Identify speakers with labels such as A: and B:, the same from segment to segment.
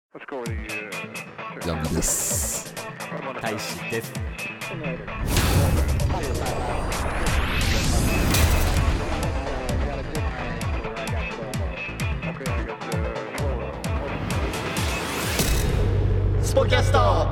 A: ヤンビです。
B: 大使です。スポキャスト。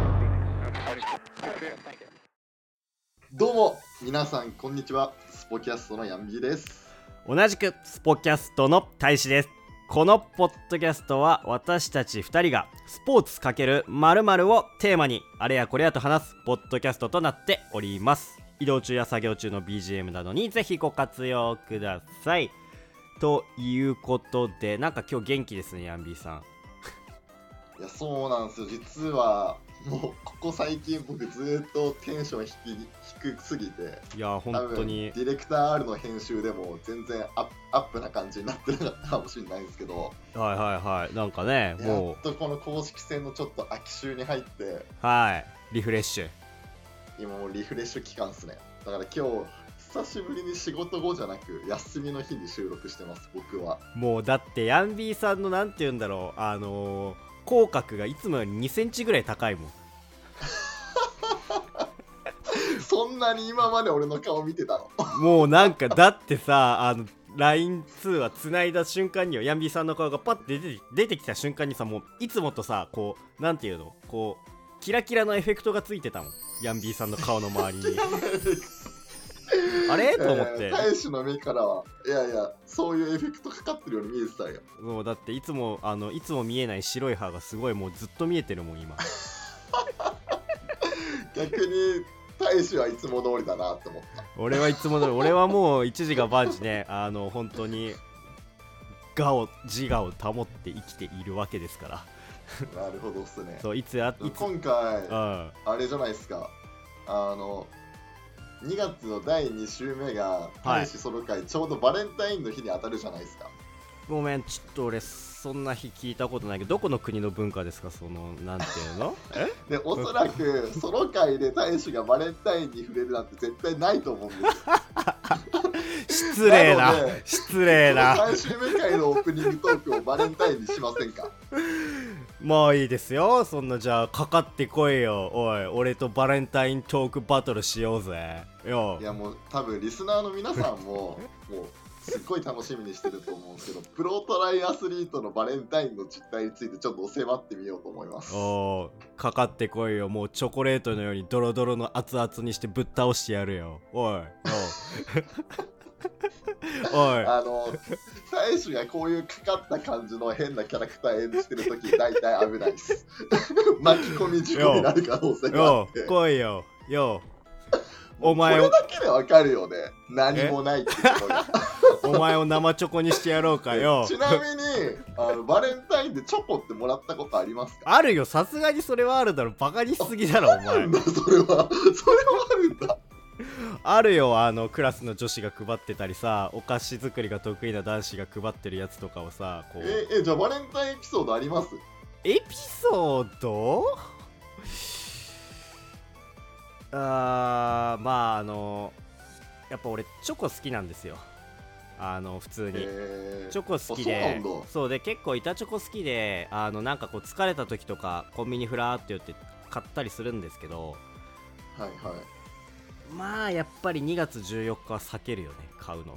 A: どうも皆さんこんにちは。スポキャストのヤンビです。
B: 同じくスポキャストの大使です。このポッドキャストは私たち2人がスポーツ×〇〇をテーマにあれやこれやと話すポッドキャストとなっております。移動中や作業中の BGM などにぜひご活用ください。ということで、なんか今日元気ですね、ヤンビーさん。
A: いや、そうなんですよ。実はもうここ最近僕ずっとテンション低すぎて、
B: いや本当に
A: ディレクター R の編集でも全然アップな感じになってなかったかもしれないんですけど、
B: はいなんかね、もう
A: やっとこの公式戦のちょっと秋週に入って、
B: リフレッシュ、
A: 今もうリフレッシュ期間ですね。だから今日久しぶりに仕事後じゃなく休みの日に収録してます。僕は
B: もうだってヤンビーさんのなんて言うんだろう、口角がいつもより2センチぐらい高いもん。
A: そんなに今まで俺の顔見てたの？
B: もうなんかだってさ、LINE 通話つないだ瞬間にはヤンビーさんの顔がパッて出てきた瞬間にさ、もういつもとさ、こうなんていうの、こうキラキラのエフェクトがついてたもん、ヤンビーさんの顔の周りに。あれと思って、
A: 大使の目からはいやいやそういうエフェクトかかってるように見えてたよ。
B: もうだっていつも見えない白い歯がすごいもうずっと見えてるもん今。
A: 逆に大使はいつも通りだなって思った。
B: 俺はいつも通り、俺はもう一時が万事ね、本当に自我を保って生きているわけですから。
A: なるほどっすね。
B: そう今
A: 回、あれじゃないですか、2月の第2週目が大使ソロ会、ちょうどバレンタインの日に当たるじゃないですか。
B: ごめん、ちょっと俺そんな日聞いたことないけど、どこの国の文化ですか、そのなんていうの？
A: でおそらくソロ会で大使がバレンタインに触れるなんて絶対ないと思うんですよ。
B: 失礼な
A: 3週目会のオープニングトークをバレンタインにしませんか？
B: もういいですよ、そんな。じゃあかかってこいよ、おい、俺とバレンタイントークバトルしようぜよ。
A: いやもう多分リスナーの皆さんももうすっごい楽しみにしてると思うんですけど、プロトライアスリートのバレンタインの実態についてちょっと迫ってみようと思います。
B: かかってこいよ、もうチョコレートのようにドロドロの熱々にしてぶっ倒してやるよ、おいおい。
A: 大使がこういうかかった感じの変なキャラクター演じてるとき大体危ないです巻き込み事故になる可能性があって。
B: 来いよ
A: お前をこれだけでわかるよね、何もないってことが。
B: お前を生チョコにしてやろうかよ。
A: ちなみにバレンタインでチョコってもらったことありますか？
B: あるよ、さすがにそれはあるだろ、バカにしすぎだろお前。
A: それはあるんだ。
B: あるよ、クラスの女子が配ってたりさ、お菓子作りが得意な男子が配ってるやつとかをさ、こう
A: じゃあバレンタインエピソードあります？
B: エピソード？まあやっぱ俺チョコ好きなんですよ、普通に、チョコ好きで、そうで結構板チョコ好きで、なんかこう疲れた時とかコンビニフラーって寄って買ったりするんですけど、
A: はいはい、
B: まあやっぱり2月14日は避けるよね、買うの。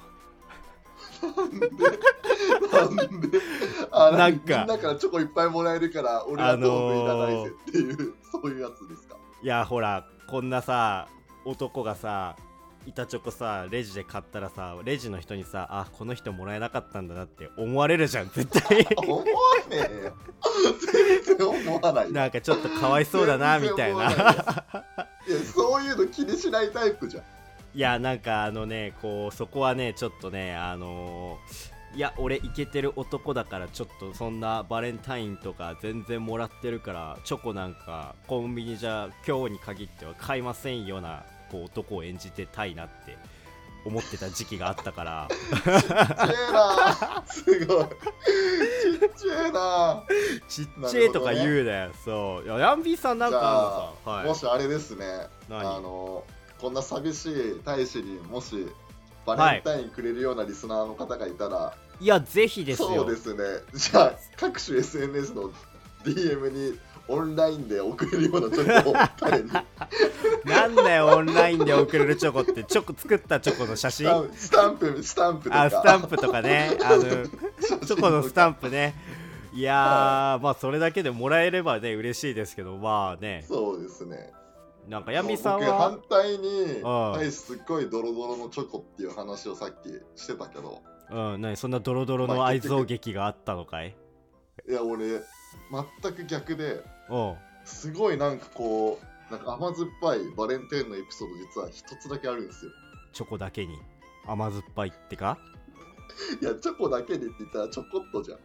A: なんかみんなからチョコいっぱいもらえるから俺はどうもいらないぜっていう、そういうやつですか？
B: いやほら、こんなさ男がさ板チョコさレジで買ったらさ、レジの人にさ、あ、この人もらえなかったんだなって思われるじゃん絶対。
A: 思わねえよ、全然思わない。
B: なんかちょっとかわいそうだなみたいな。い
A: やそういうの気にしないタイプじゃん。
B: いやなんかこうそこはねちょっとね、いや俺イケてる男だからちょっとそんなバレンタインとか全然もらってるからチョコなんかコンビニじゃ今日に限っては買いませんようなこう男を演じてたいなって思ってた時期があったから。
A: ちっちゃいな、すごいちっちゃいな、
B: ちっちゃいとか言うなよ。そう、ヤンビーさんなんかあるのさ、
A: もしあれですね、こんな寂しい大使にもしバレンタインくれるようなリスナーの方がいたら、
B: いやぜひですよ。
A: そうですね、じゃあ各種 SNS の DM にオンラインで送れるようなチョコを彼に
B: なんだよオンラインで送れるチョコって。チョコ作ったチョコの写真、
A: スタンプとか、
B: スタンプとかね、チョコのスタンプね。いやー、まあそれだけでもらえればね嬉しいですけど、まあね。
A: そうですね。
B: なんかヤミさん
A: 僕
B: は
A: 反対にすっごいドロドロのチョコっていう話をさっきしてたけど、
B: 何そんなドロドロの愛憎劇があったのかい？
A: いや俺全く逆で、
B: おう、
A: すごいなんかこうなんか甘酸っぱいバレンタインのエピソード実は一つだけあるんですよ。
B: チョコだけに甘酸っぱいってか？
A: いやチョコだけにって言ったらちょこっとじゃん。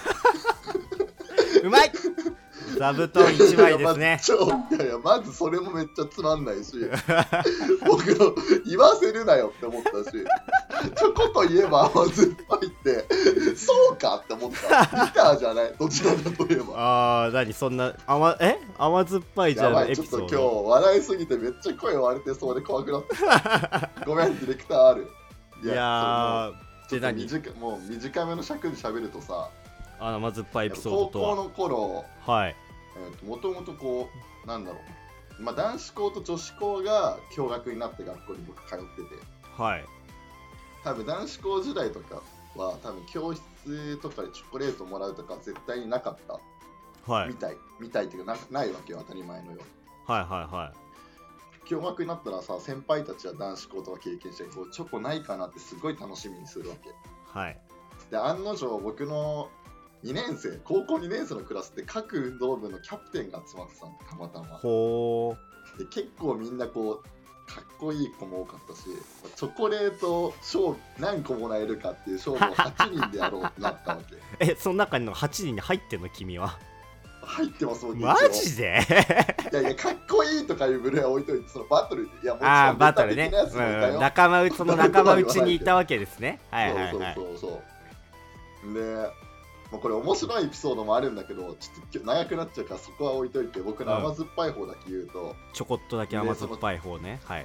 B: うまい座布団1枚ですね。
A: いやまずそれもめっちゃつまんないし僕の言わせるなよって思ったし、チョコといえば甘酸っぱいってそうかって思った。ビターじゃない、どちらかといえば。
B: 何そんな甘酸っぱいじゃんエピソード。
A: ちょっと今日笑いすぎてめっちゃ声割れてそうで怖くなったごめんディレクターある。
B: いや
A: ーで何もう短めの尺で喋るとさ、
B: 甘酸っぱいエピソードとは、
A: 高校の頃、
B: はい、
A: もともとこうなんだろう、まあ、男子校と女子校が共学になって学校に僕通ってて、
B: はい、
A: 多分男子校時代とかは多分教室とかでチョコレートもらうとか絶対になかった、
B: はい、
A: みたいっていうかないわけよ、当たり前のように。
B: はいはいはい。
A: 共学になったらさ、先輩たちは男子校とか経験してこうチョコないかなってすごい楽しみにするわけ。
B: はい。
A: で案の定僕の高校2年生のクラスって各運動部のキャプテンが集まってたの、たまたま。
B: ほ
A: で結構みんなこうかっこいい子も多かったし、チョコレート賞何個もらえるかっていう勝負を8人でやろうってなったわけ。
B: その中の8人に入ってんの君は？
A: 入ってます。
B: マジで？
A: いやかっこいいとかいう部類は置いといて、そのバトルで、いやもち
B: ろんバトルね、仲間内にいたわけですね。はいはいはい。
A: そうで、これ面白いエピソードもあるんだけど、ちょっと長くなっちゃうからそこは置いといて、僕の甘酸っぱい方だけ言うと、
B: ちょこっとだけ甘酸っぱい方ね。はい。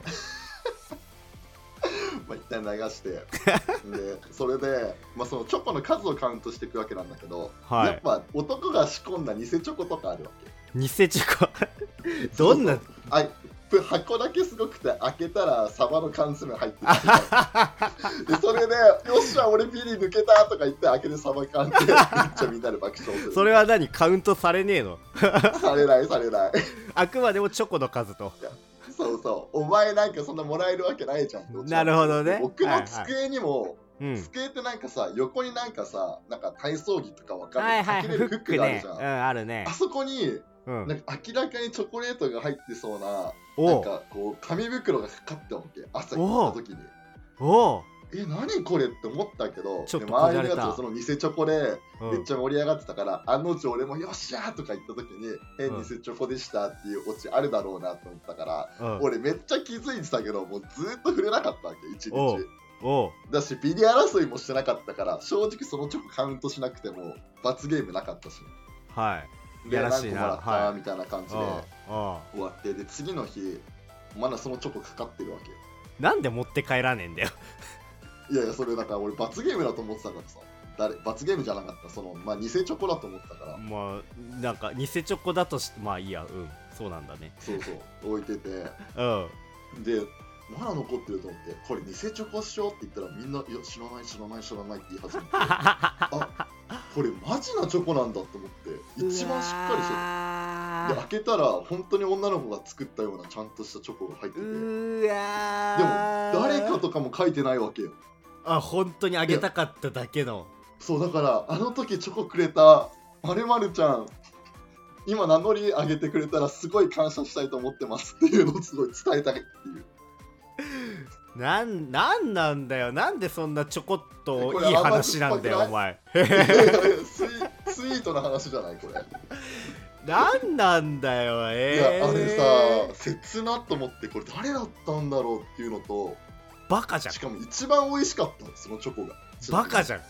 A: 一旦流してでそれで、そのチョコの数をカウントしていくわけなんだけど、はい、やっぱ男が仕込んだ偽チョコとかあるわけ。
B: 偽チョコどんな
A: 箱だけすごくて開けたらサバの缶詰入ってるでそれでよっしゃ俺ビリ抜けたとか言って開けてサバ缶ってめっちゃみんなで爆笑する。
B: それは何カウントされねえの？
A: されない
B: あくまでもチョコの数と。
A: そうお前なんかそんなもらえるわけないじゃん。
B: なるほどね。
A: 僕の机にも、机ってなんかさ横になんか体操着とかわかんない、かけれるフックがあるじゃん。
B: あるね。
A: あそこになんか明らかにチョコレートが入ってそうな、なんかこう紙袋がかかったわけ、朝行った時に。何これって思ったけど、周りのやつはその偽チョコでめっちゃ盛り上がってたから、案の定俺もよっしゃーとか言った時に偽チョコでしたっていうオチあるだろうなと思ったから、俺めっちゃ気づいてたけどもうずっと触れなかったわけ、一日だしビリ争いもしてなかったから、正直そのチョコカウントしなくても罰ゲームなかったし、で何個もらったみたいな感じで終わって、で次の日まだそのチョコかかってるわけ。
B: なんで持って帰らねえんだよ。
A: いやそれだから俺罰ゲームだと思ってたからさ、罰ゲームじゃなかった、偽チョコだと思ってたから、
B: なんか偽チョコだとしていいや、そうなんだね。
A: 置いててでまだ残ってると思って、これ偽チョコしようって言ったらみんな、いや知らないって言い始めてあ、これマジなチョコなんだと思って、一番しっかりしてる。で開けたら本当に女の子が作ったようなちゃんとしたチョコが入ってて、でも誰かとかも書いてないわけよ。
B: 本当にあげたかっただけの。
A: そうだからあの時チョコくれた〇〇ちゃん、今名乗り上げてくれたらすごい感謝したいと思ってますっていうのをすごい伝えたいっていう。
B: なんなんだよ、なんでそんなちょこっといい話なんだよお前。
A: スイートな話じゃないこれ。
B: なんだよ。
A: いやあれさ切なと思って、これ誰だったんだろうっていうのと、
B: バカじゃん。
A: しかも一番美味しかったそのチョコが。
B: バカじゃんね、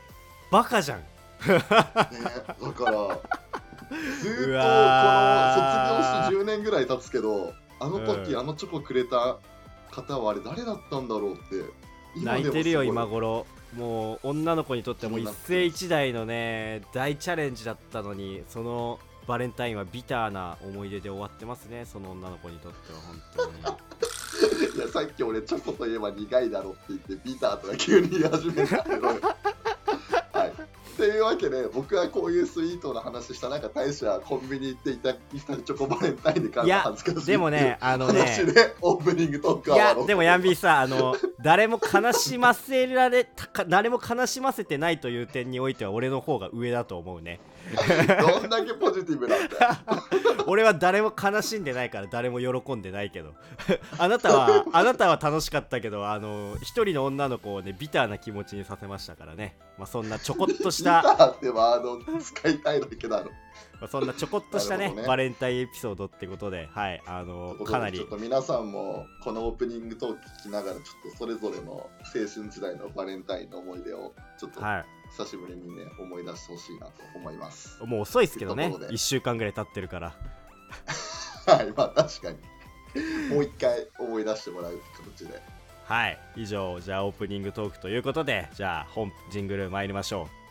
A: だからずっとこの卒業して10年ぐらい経つけど、あの時、あのチョコくれた方はあれ誰だったんだろうって
B: 泣いてるよ今頃。 もう女の子にとってはもう一世一代のね大チャレンジだったのに、そのバレンタインはビターな思い出で終わってますね、その女の子にとっては本当に。
A: いやさっき俺チョコといえば苦いだろって言ってビターとか急に言い始めたけどはいというわけで、僕はこういうスイートな話した中、大使はコンビニ行っていたチョコバレンタインで買うの恥ずかしい。
B: でもね、
A: 話でオープニングトークは。
B: いやでもヤンビーさ誰も悲しませてないという点においては俺の方が上だと思うね。
A: どんだけポジティブなんだよ。
B: 俺は誰も悲しんでないから誰も喜んでないけどあなたは楽しかったけど一人の女の子をねビターな気持ちにさせましたからね。まあそんなちょこっとした
A: ビターってワード使いたいだけだろ。
B: まあそんなちょこっとしたねバレンタインエピソードってことで、はいかなり
A: ちょっと皆さんもこのオープニングトーク聞きながらちょっとそれぞれの青春時代のバレンタインの思い出をちょっと、久しぶりにね思い出してほしいなと思います。
B: もう遅いですけどね、1週間ぐらい経ってるから
A: はい、まあ確かにもう一回思い出してもらう形で。
B: はい、以上じゃあオープニングトークということで、じゃあ本ジングル参りましょう。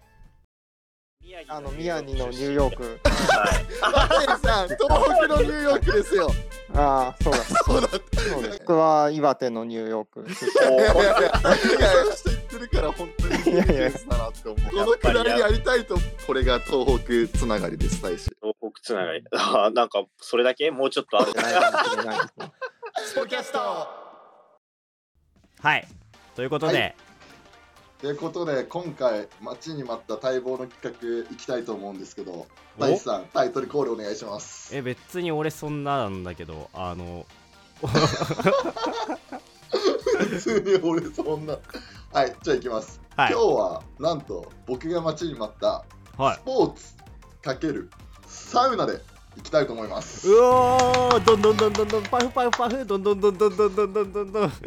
C: 宮城のニューヨーク。
A: はい。さん、東北のニューヨークですよ。
C: ああ、そうだ。そうです。僕は岩手のニューヨーク。
A: いや知ってるから本当にいいケースだなって思う。このくらいやりたいと、これが東北つながりです、大使。
D: 東北つながり。なんかそれだけもうちょっとある。
A: スポキャスト。
B: はい。ということで。はい
A: ということで今回待ちに待った待望の企画いきたいと思うんですけど、大地さんタイトルコールお願いします。
B: 別に俺そんななんだけど
A: 普通に俺そんなはいじゃあいきます、はい、今日はなんと僕が待ちに待ったスポーツ×サウナでいきたいと思います。
B: うおーどんどんどんどんどんパフパフパフどんどんどんどんどんどんどんどんどん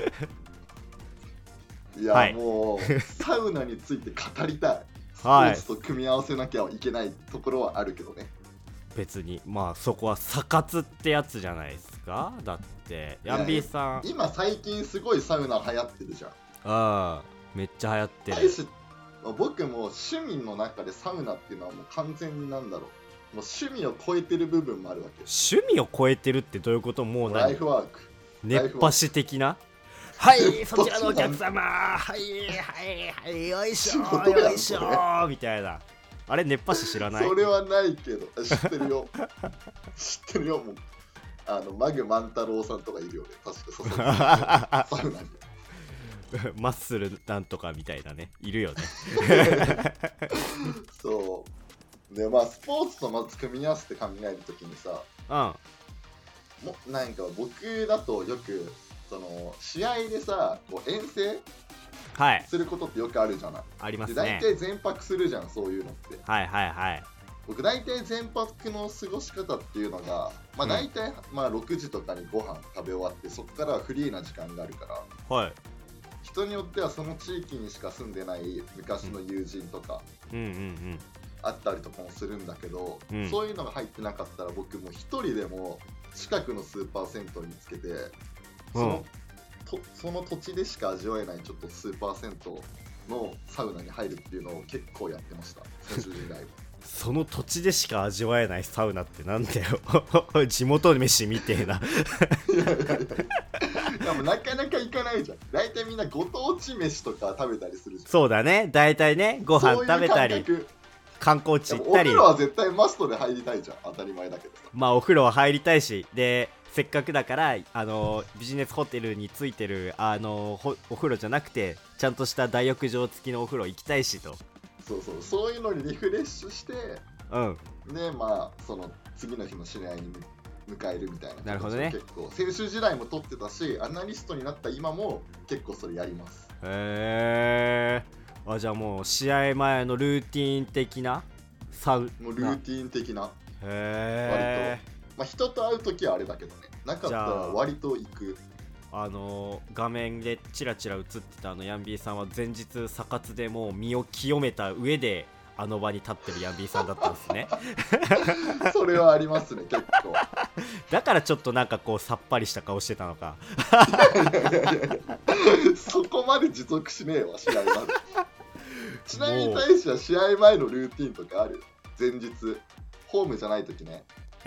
A: いや、はい、もうサウナについて語りたい。スポーツと組み合わせなきゃいけないところはあるけどね。
B: 別にまあそこはサ活ってやつじゃないですか。だってヤンビーさん
A: 今最近すごいサウナ流行ってるじゃん。
B: ああめっちゃ流行ってる。
A: 僕も趣味の中でサウナっていうのはもう完全になんだろう、もう趣味を超えてる部分もあるわけ。
B: 趣味を超えてるってどういうこと？もう
A: ライフワーク
B: 熱波師的な。はいそちらのお客様はいはいはいよいしょよいしょみたいな。あれ熱波師知らない？
A: それはないけど知ってるよ知ってるよ。もうマグ万太郎さんとかいるよね確かサウナに
B: マッスルなんとかみたいなねいるよね
A: そうでまあスポーツとまず組み合わせて考えるときにさ、もなんか僕だとよくその試合でさこう遠征することってよくあるじゃない。
B: ありますね。
A: 大体全泊するじゃんそういうのって。
B: はいはいはい。
A: 僕大体全泊の過ごし方っていうのが、まあ、大体、まあ6時とかにご飯食べ終わってそこからはフリーな時間があるから、
B: はい、
A: 人によってはその地域にしか住んでない昔の友人とかあったりとかもするんだけど、そういうのが入ってなかったら僕も一人でも近くのスーパー銭湯につけてその土地でしか味わえないちょっとスーパー銭湯のサウナに入るっていうのを結構やってました選手時代は。
B: その土地でしか味わえないサウナってなんだよ地元飯みてえな。
A: でもなかなか行かないじゃん。大体みんなご当地飯とか食べたりするじゃん。
B: そうだね、大体ねご飯食べたり観光地行ったり。
A: お風呂は絶対マストで入りたいじゃん、当たり前だけどさ。
B: まあお風呂は入りたいし、でせっかくだからビジネスホテルについてるお風呂じゃなくてちゃんとした大浴場付きのお風呂行きたいしと。
A: そういうのにリフレッシュして、でまあその次の日の試合に迎えるみたいな。
B: なるほどね。
A: 結構選手時代も取ってたしアナリストになった今も結構それやります。
B: へえ。じゃあもう試合前のルーティン的なサウナ。
A: もうルーティン的な。
B: へえ。
A: 割とまあ人と会うときはあれだけどね、なかったら割と行く。
B: 画面でチラチラ映ってたヤンビーさんは前日サ活でもう身を清めた上であの場に立ってるヤンビーさんだったんですね
A: それはありますね、結構。
B: だからちょっとなんかこうさっぱりした顔してたのか
A: そこまで持続しねえわ、試合まで。ちなみに大使は試合前のルーティンとかある？前日ホームじゃない時ね。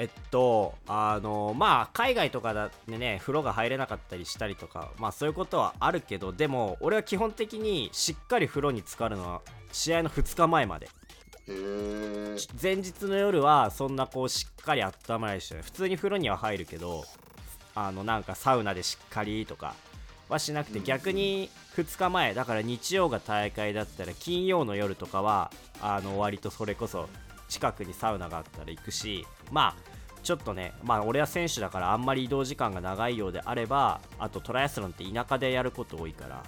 B: まあ海外とかでね風呂が入れなかったりしたりとか、まあそういうことはあるけど、でも俺は基本的にしっかり風呂に浸かるのは試合の2日前まで。
A: へえ。
B: 前日の夜はそんなこうしっかり温まりして、普通に風呂には入るけど、なんかサウナでしっかりとかはしなくて、逆に2日前だから日曜が大会だったら金曜の夜とかは割とそれこそ近くにサウナがあったら行くし、まあちょっとね、まあ俺は選手だからあんまり移動時間が長いようであれば、あとトライアスロンって田舎でやること多いから、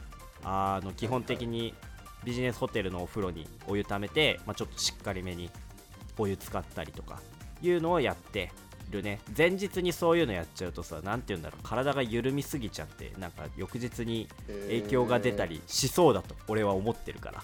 B: 基本的にビジネスホテルのお風呂にお湯ためて、まあ、ちょっとしっかりめにお湯使ったりとかいうのをやってるね。前日にそういうのやっちゃうとさ、なんて言うんだろう、体が緩みすぎちゃって、なんか翌日に影響が出たりしそうだと俺は思ってるから。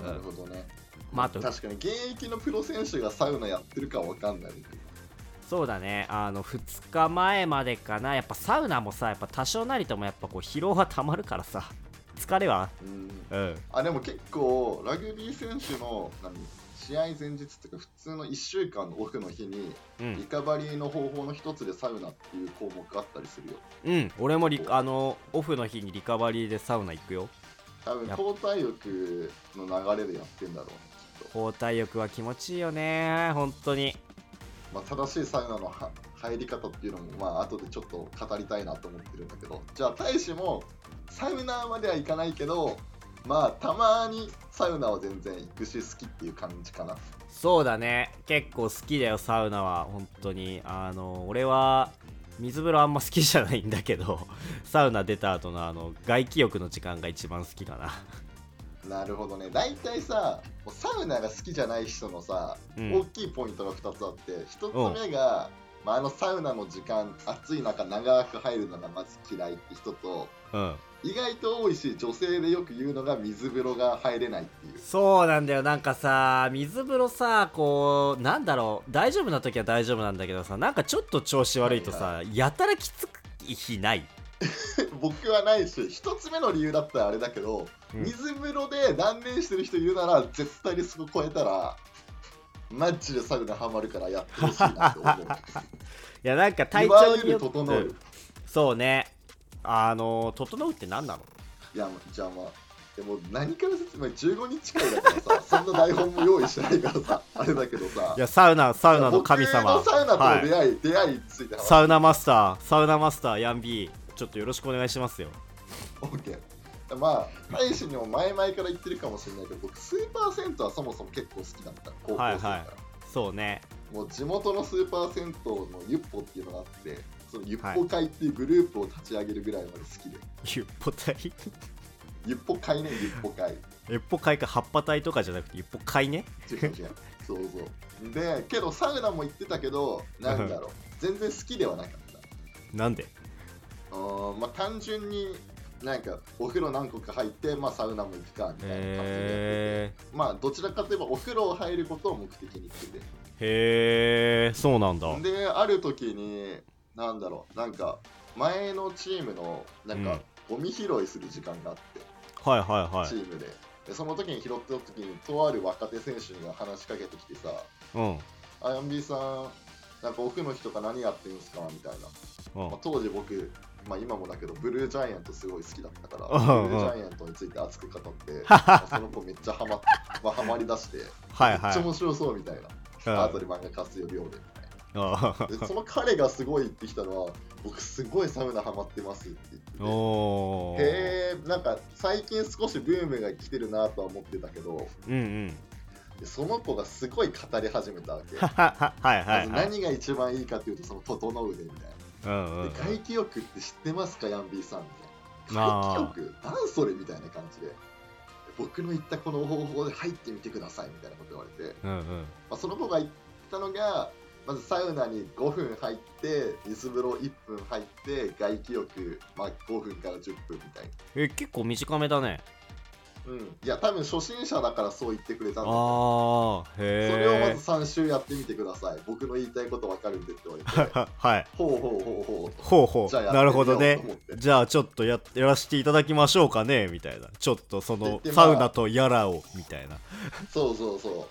A: なるほどね。
B: まあ、あと
A: 確かに現役のプロ選手がサウナやってるかわかんない。
B: そうだね、2日前までかな。やっぱサウナもさ、やっぱ多少なりともやっぱこう疲労はたまるからさ、疲れは
A: でも結構ラグビー選手の試合前日っていうか普通の1週間のオフの日に、リカバリーの方法の一つでサウナっていう項目あったりするよ。
B: 俺もオフの日にリカバリーでサウナ行くよ。
A: 多分交代浴の流れでやってんだろうね、きっと。
B: 交代浴は気持ちいいよね、本当に。
A: まあ、正しいサウナの入り方っていうのもまあ後でちょっと語りたいなと思ってるんだけど、じゃあ大使もサウナまでは行かないけど、まあたまにサウナは全然行くし好きっていう感じかな。
B: そうだね、結構好きだよサウナは。本当に俺は水風呂あんま好きじゃないんだけどサウナ出た後の外気浴の時間が一番好きかな。
A: なるほどね。大体さ、サウナが好きじゃない人のさ、大きいポイントが2つあって、1つ目が、サウナの時間、暑い中長く入るのがまず嫌いって人と、意外と多いし女性でよく言うのが水風呂が入れないっていう。
B: そうなんだよ。なんかさ、水風呂さ、こうなんだろう、大丈夫な時は大丈夫なんだけどさ、なんかちょっと調子悪いとさ、やたらきつい日ない
A: 僕はないし、一つ目の理由だったらあれだけど、水風呂で断念してる人いるなら絶対にそこ超えたらマッチでサウナハマるからやってほしいなって思う。い
B: やなんか体調によって
A: 整う、
B: そうね、整うって何なの？
A: いやじゃあでも何から説明、15日くらいだからさ、そんな台本も用意してないからさあれだけどさ、
B: いやサウナの神様、
A: 僕のサウナとの出会いについて
B: サウナマスターヤンビー、ちょっとよろしくお願いしますよ。
A: OK。 まあ大使にも前々から言ってるかもしれないけど、僕スーパー銭湯はそもそも結構好きだった。高校生から、
B: そうね、
A: もう地元のスーパー銭湯のユッポっていうのがあって、そのユッポ会っていうグループを立ち上げるぐらいまで好きで。
B: ユッポ隊
A: ユッポ会ね、ユッポ会。
B: ユッポ会か、葉っぱ隊とかじゃなくてユッポ会ね。
A: 違うそうそうで、けどサウナも行ってたけど、なんだろう全然好きではなかった。
B: なんで？
A: 単純になんかお風呂何個か入って、サウナも行くかみたいな感じでやってて、どちらかといえばお風呂を入ることを目的に行ってて。
B: へー、そうなんだ。
A: で、ある時になんだろう、なんか前のチームのなんか、ゴミ拾いする時間があって、チームでその時に拾った時にとある若手選手が話しかけてきてさ、アヤンビーさんなんかオフの日とか何やってんすかみたいな。当時僕、今もだけどブルージャイアントすごい好きだったから、ブルージャイアントについて熱く語ってその子めっちゃハマりだして、めっちゃ面白そうみたいな、アートで漫画貸すよ寮でみたいな。でその彼がすごい言ってきたのは、僕すごいサウナハマってますって言ってて、へー、なんか最近少しブームが来てるなとは思ってたけど、でその子がすごい語り始めたわけ。何が一番いいかっていうと、その整うでみたいな。で外気浴って知ってますかヤンビーさんみたいな。外気浴なんそれみたいな感じで、僕の言ったこの方法で入ってみてくださいみたいなこと言われて、その子が言ったのが、まずサウナに5分入って水風呂1分入って外気浴、5分から10分みたいな。
B: 結構短めだね。
A: いや多分初心者だからそう言ってくれたんだけど、
B: へえ。
A: それをまず3週やってみてください。僕の言いたいこと分かるんでって言われて
B: はい。
A: ほうほうほうほう
B: ほうほう。なるほどね。
A: て
B: じゃあちょっとやらせていただきましょうかねみたいな。ちょっとそのサウナとやらをみたいな。
A: そうそうそう。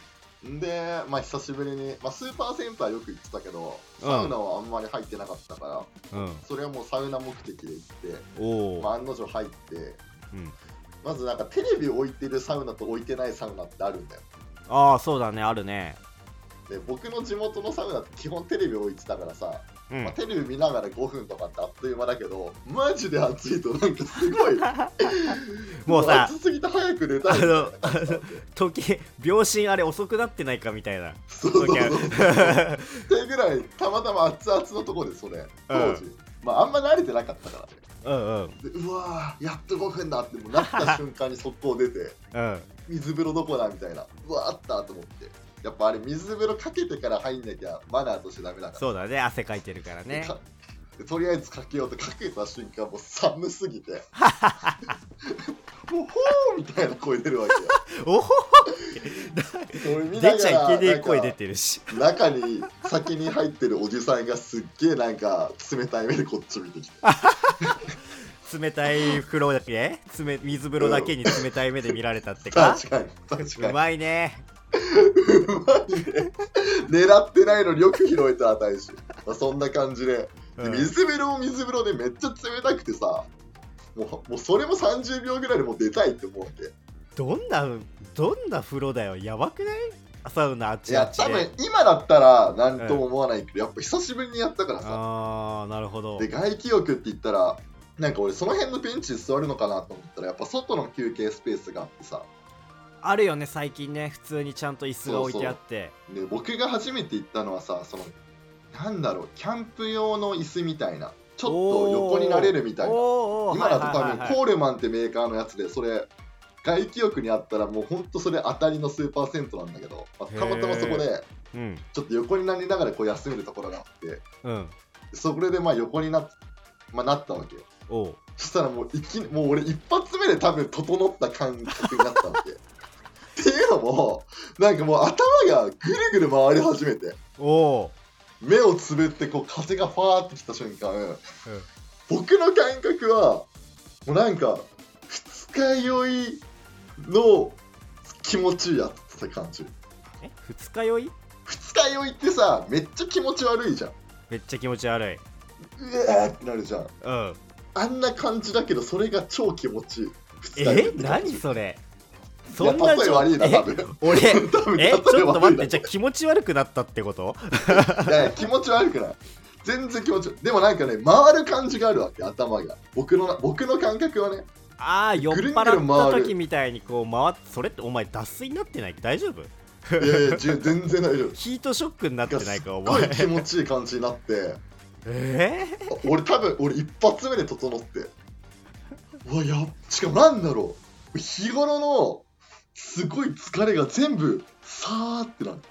A: で、まあ久しぶりに、まあ、スーパーセンターよく行ってたけど、サウナはあんまり入ってなかったから、それはもうサウナ目的で行って、まあ、案の定入って、まずなんかテレビ置いてるサウナと置いてないサウナってあるんだよ。
B: ああ、そうだね、あるね。
A: で、僕の地元のサウナって基本テレビ置いてたからさ、まあ、テレビ見ながら5分とかってあっという間だけど、マジで暑いとなんかすごい
B: もうさ、
A: 暑すぎて早く寝たい
B: 時秒針あれ遅くなってないかみたいな。
A: そうってぐらいたまたま熱々のとこでそれ当時、まああんま慣れてなかったからね。でうわーやっと5分だってもうなった瞬間に速攻出て、水風呂どこだみたいな、うわあったと思って、やっぱあれ水風呂かけてから入んなきゃマナーとしてダメだから。
B: そうだね、汗かいてるからね。
A: とりあえずかけようとかけた瞬間もう寒すぎてもうほーみたいな声出るわけよ。
B: おほほ出ちゃいけねえ声出てるし、
A: 中に先に入ってるおじさんがすっげえなんか冷たい目でこっち見てきて
B: 冷たい風呂だけ水風呂だけに冷たい目で見られたってか。
A: 確かに確かに
B: うまいね。
A: うまいね。狙ってないのによく拾えたあたいし、まあ、そんな感じで、水風呂も水風呂でめっちゃ冷たくてさ、もうそれも30秒ぐらいでもう出たいって思うわけ。
B: どんな風呂だよ、やばくない？サウナあっちあっちで。
A: いや多分今だったら何とも思わないけど、やっぱ久しぶりにやったからさ。
B: あー、なるほど。
A: で外気浴って言ったらなんか俺その辺のベンチに座るのかなと思ったら、やっぱ外の休憩スペースがあってさ。
B: あるよね最近ね、普通にちゃんと椅子が置いてあって。
A: で僕が初めて行ったのはさ、そのなんだろう、キャンプ用の椅子みたいな、ちょっと横になれるみたいな。今だと多分コールマンってメーカーのやつで、それ外気浴にあったらもうほんとそれ当たりのスーパー銭湯なんだけど、まあ、たまたまそこでちょっと横になりながらこう休めるところがあって、それでまあ横になったわけよ。そしたらもう俺一発目で多分整った感覚になったわけっていうのもなんかもう頭がぐるぐる回り始めて、目をつぶってこう風がファーってきた瞬間、僕の感覚はもうなんか二日酔いの気持ちいいやつって感じ。
B: 二日酔い？
A: 二日酔いってさめっちゃ気持ち悪いじゃん。
B: めっちゃ気持ち悪い。
A: うわーってなるじゃん。あんな感じだけどそれが超気持ちいい。
B: 何それ。
A: そんな例え悪いな多分。
B: 俺ちょっと待って、じゃあ気持ち悪くなったってこと？
A: いや気持ち悪くない。全然気持ち悪い。でもなんかね回る感じがあるわけ、頭が。僕の感覚はね。
B: 酔っ払った時みたいにこう回って、それってお前脱水になってない？大丈夫？
A: いやいや全然大丈夫。
B: ヒートショックになってないかお
A: 前。すごい気持ちいい感じになって。俺一発目で整って、しかもなんだろう、日頃のすごい疲れが全部さーってなる。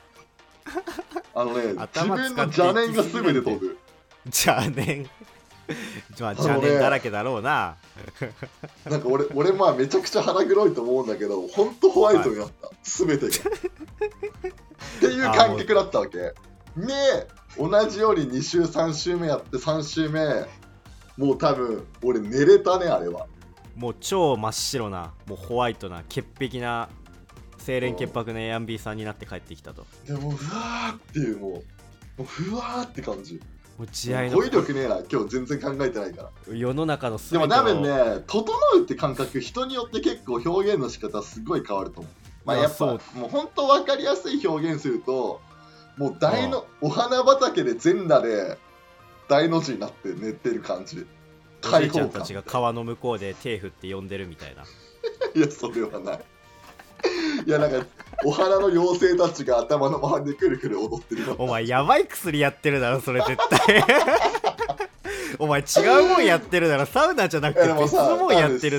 A: 自分の邪念が全て飛ぶ。
B: 邪念邪念だらけだろうな。
A: なんか俺まあめちゃくちゃ腹黒いと思うんだけど、ほんとホワイトになった、全てがっていう感覚だったわけね。同じように2週3週目やって3週目もう多分俺寝れたね。あれは
B: もう超真っ白な、もうホワイトな潔癖な清廉潔白なエアンビーさんになって帰ってきたと。
A: でもうふわーっていうもうふわーって感じ。
B: もう慈愛の
A: 語彙力ねえな今日全然考えてないから。
B: 世の中の全てを。
A: でも多分ね整うって感覚人によって結構表現の仕方すごい変わると思う。まあやっぱもう本当分かりやすい表現すると、もうお花畑で全裸で大の字になって寝てる感じ。
B: おじいちゃんたちが川の向こうで手振って呼んでるみたいな。
A: いやそれはない。いやなんかお花の妖精たちが頭の周りでくるくる踊ってる。
B: お前やばい薬やってるだろそれ絶対。お前違うもんやってるだろ、サウナじゃなくて別のもんやってるって。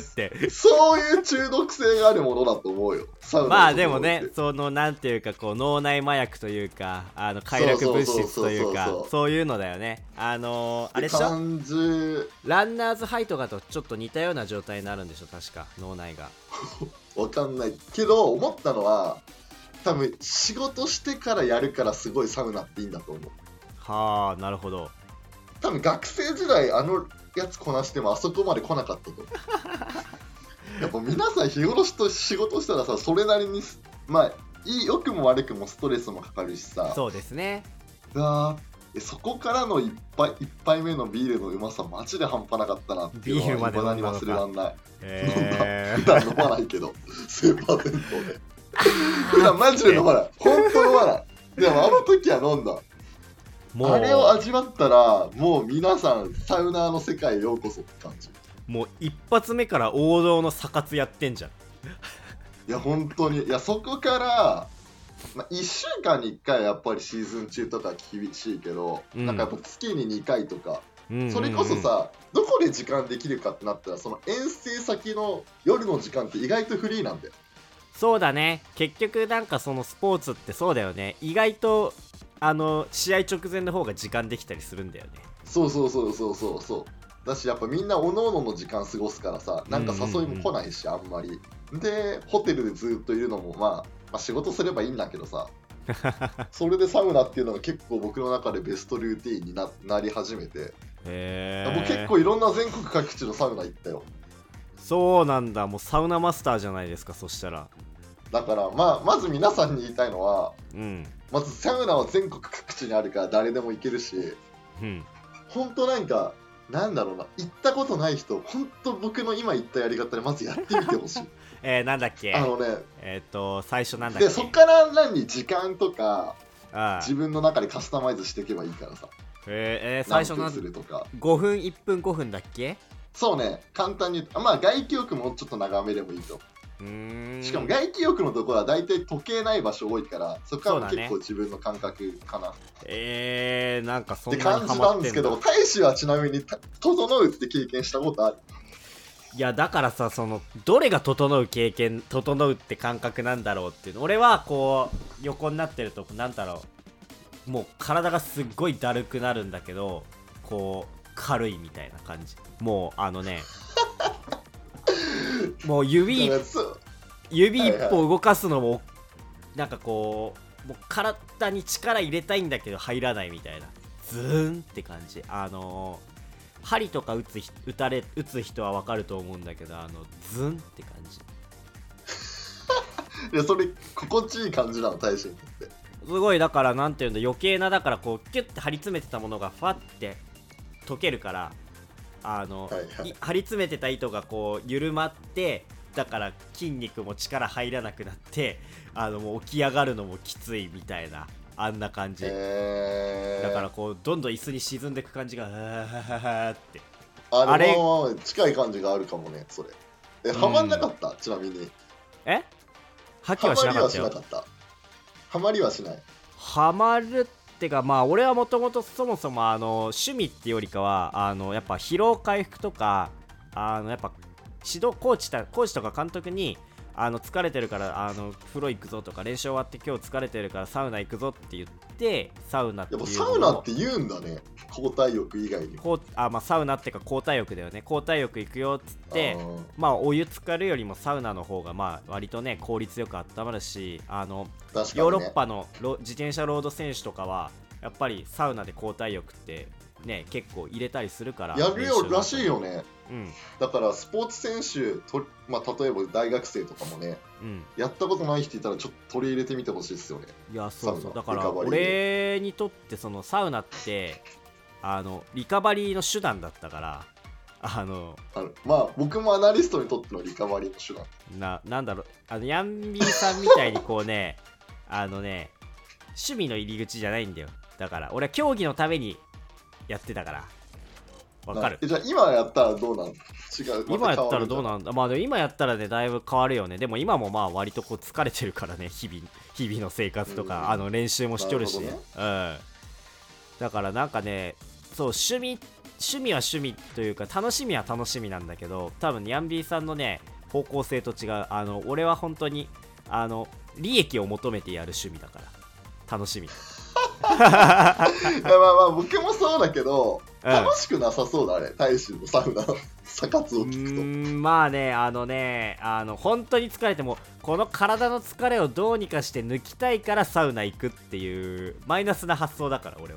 A: そういう中毒性があるものだと思うよサウナ。
B: まあでもね、そのなんていうかこう脳内麻薬というか快楽物質というかそういうのだよね。あれでしょ、ランナーズハイとかとちょっと似たような状態になるんでしょ確か脳内が。
A: わかんないけど思ったのは多分仕事してからやるからすごいサウナっていいんだと思う。
B: はあ、なるほど。
A: 多分学生時代あのやつこなしてもあそこまで来なかったと思う。やっぱ皆さん日頃と仕事したらさ、それなりにまあ良くも悪くもストレスもかかるしさ。
B: そうですね。
A: そこからの一杯目のビールのうまさマジで半端なかったなっていうのは未だに忘れらんない。普段飲まないけどスーパー銭湯で普段マジで飲まない、本当飲まない。でもあの時は飲んだ。もうあれを味わったらもう皆さんサウナーの世界へようこそって感じ。
B: もう一発目から王道のサ活やってんじゃん。
A: いや本当に、いやそこから1週間に1回やっぱりシーズン中とか厳しいけど、なんかやっぱ月に2回とか、それこそさ、どこで時間できるかってなったらその遠征先の夜の時間って意外とフリーなんだよ。
B: そうだね、結局なんかそのスポーツってそうだよね、意外と試合直前の方が時間できたりするんだよね。
A: そうだしやっぱみんなおのおのの時間過ごすからさ、なんか誘いも来ないし、あんまりでホテルでずっといるのもまあ仕事すればいいんだけどさそれでサウナっていうのが結構僕の中でベストルーティーンに なり始めて、もう結構いろんな全国各地のサウナ行ったよ。
B: そうなんだ、もうサウナマスターじゃないですか。そしたら
A: だからまず皆さんに言いたいのは、まずサウナは全国各地にあるから誰でも行けるし、ほんとなんかなんだろうな、行ったことない人ほんと僕の今言ったやり方でまずやってみてほしい。
B: なんだっけ、最初なんだっけ、
A: でそっから時間とか自分の中でカスタマイズしていけばいいからさ。
B: 最初何分するとか、5分1分5分だっけ。
A: そうね、簡単にまあ外気浴もちょっと長めでもいいと。しかも外気浴のところは大体時計ない場所多いから、そこは結構自分の感覚かな。
B: なんかそんなにハマってんだって
A: 感じなんですけど、大使はちなみに整うって経験したことある？
B: いやだからさ、そのどれが整うって感覚なんだろうっていうの、俺はこう横になってるとなんだろう、もう体がすっごいだるくなるんだけど、こう軽いみたいな感じ。もうもう指一歩動かすのもなんかこう、もう体に力入れたいんだけど入らないみたいな、ズーンって感じ。針とか打つ人は分かると思うんだけど、ズンって感
A: じ。いやそれ心地いい感じなの、大使にとって。
B: すごい、だからなんていうんだ、余計な、だからこうキュッて張り詰めてたものがファって溶けるから、張り詰めてた糸がこう緩まって、だから筋肉も力入らなくなって、もう起き上がるのもきついみたいな、あんな感じ。だからこうどんどん椅子に沈んでいく感じがって、
A: あれ近い感じがあるかもね。それハマんなかった？ちなみに
B: ハキはしなかったよ。
A: ハマりはしない。ハ
B: マるってか、まあ俺はもともとそもそも趣味ってよりかはやっぱ疲労回復とか、やっぱ指導コーチとか監督に疲れてるから風呂行くぞとか、練習終わって今日疲れてるからサウナ行くぞって言ってサウナっていうのを、
A: やっぱサウナって言うんだね、交代浴以外に。
B: まあサウナってか交代浴だよね。交代浴行くよっつって、まあお湯浸かるよりもサウナの方がまあ割とね効率よく温まるし、ヨーロッパの自転車ロード選手とかはやっぱりサウナで交代浴ってね結構入れたりするから、
A: やるよらしいよね。だからスポーツ選手まあ、例えば大学生とかもね、やったことない人いたらちょっと取り入れてみてほしいですよね。
B: いやそうだから俺にとってそのサウナってリカバリーの手段だったから、
A: まあ僕もアナリストにとってのリカバリーの手段
B: なんだろう、ヤンビーさんみたいにこうね趣味の入り口じゃないんだよ。だから俺は競技のためにやってたから。わかる。
A: じゃあ今やったらどうなん？違う。
B: 今やったらどうなんだ。まあでも今やったらねだいぶ変わるよね。でも今もまあ割とこう疲れてるからね、日々の生活とか、練習もしとるし、だからなんかね、そう趣味は趣味というか楽しみは楽しみなんだけど、多分ヤンビーさんのね方向性と違う。俺は本当に利益を求めてやる趣味だから楽しみ。
A: あ僕もそうだけど、楽しくなさそうだね、大衆のサウナサ活を聞くと。
B: まあね、本当に疲れてもこの体の疲れをどうにかして抜きたいからサウナ行くっていうマイナスな発想だから俺は。